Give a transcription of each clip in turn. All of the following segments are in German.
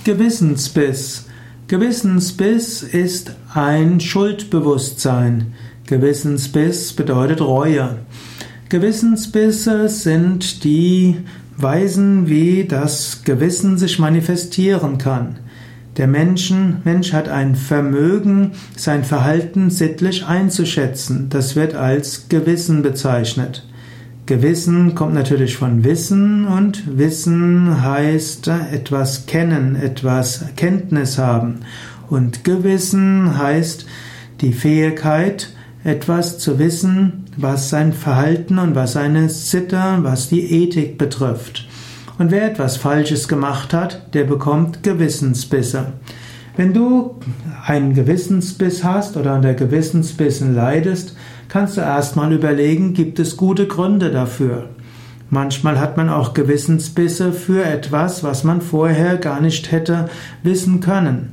Gewissensbiss. Gewissensbiss ist ein Schuldbewusstsein. Gewissensbiss bedeutet Reue. Gewissensbisse sind die Weisen, wie das Gewissen sich manifestieren kann. Der Mensch hat ein Vermögen, sein Verhalten sittlich einzuschätzen. Das wird als Gewissen bezeichnet. Gewissen kommt natürlich von Wissen und Wissen heißt etwas kennen, etwas Kenntnis haben. Und Gewissen heißt die Fähigkeit, etwas zu wissen, was sein Verhalten und was seine Sitte, was die Ethik betrifft. Und wer etwas Falsches gemacht hat, der bekommt Gewissensbisse. Wenn du einen Gewissensbiss hast oder unter Gewissensbissen leidest, kannst du erstmal überlegen, gibt es gute Gründe dafür? Manchmal hat man auch Gewissensbisse für etwas, was man vorher gar nicht hätte wissen können.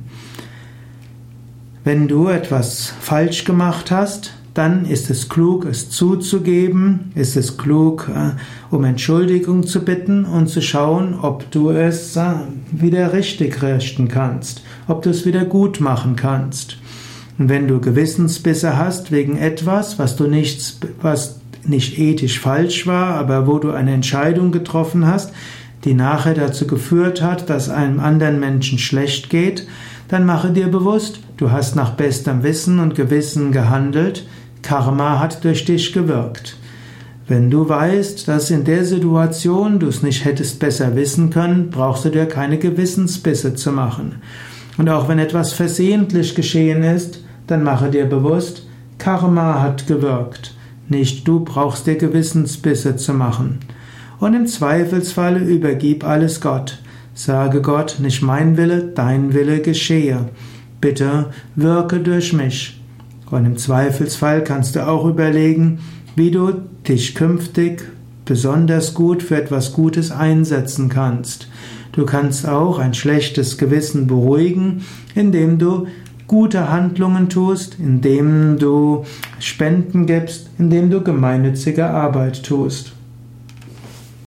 Wenn du etwas falsch gemacht hast, dann ist es klug, es zuzugeben, ist es klug, um Entschuldigung zu bitten und zu schauen, ob du es wieder richtig richten kannst, ob du es wieder gut machen kannst. Und wenn du Gewissensbisse hast wegen etwas, was nicht ethisch falsch war, aber wo du eine Entscheidung getroffen hast, die nachher dazu geführt hat, dass einem anderen Menschen schlecht geht, dann mache dir bewusst, du hast nach bestem Wissen und Gewissen gehandelt, Karma hat durch dich gewirkt. Wenn du weißt, dass in der Situation du es nicht hättest besser wissen können, brauchst du dir keine Gewissensbisse zu machen. Und auch wenn etwas versehentlich geschehen ist, dann mache dir bewusst, Karma hat gewirkt. Nicht du brauchst dir Gewissensbisse zu machen. Und im Zweifelsfalle übergib alles Gott. Sage Gott, nicht mein Wille, dein Wille geschehe. Bitte wirke durch mich. Und im Zweifelsfall kannst du auch überlegen, wie du dich künftig besonders gut für etwas Gutes einsetzen kannst. Du kannst auch ein schlechtes Gewissen beruhigen, indem du gute Handlungen tust, indem du Spenden gibst, indem du gemeinnützige Arbeit tust.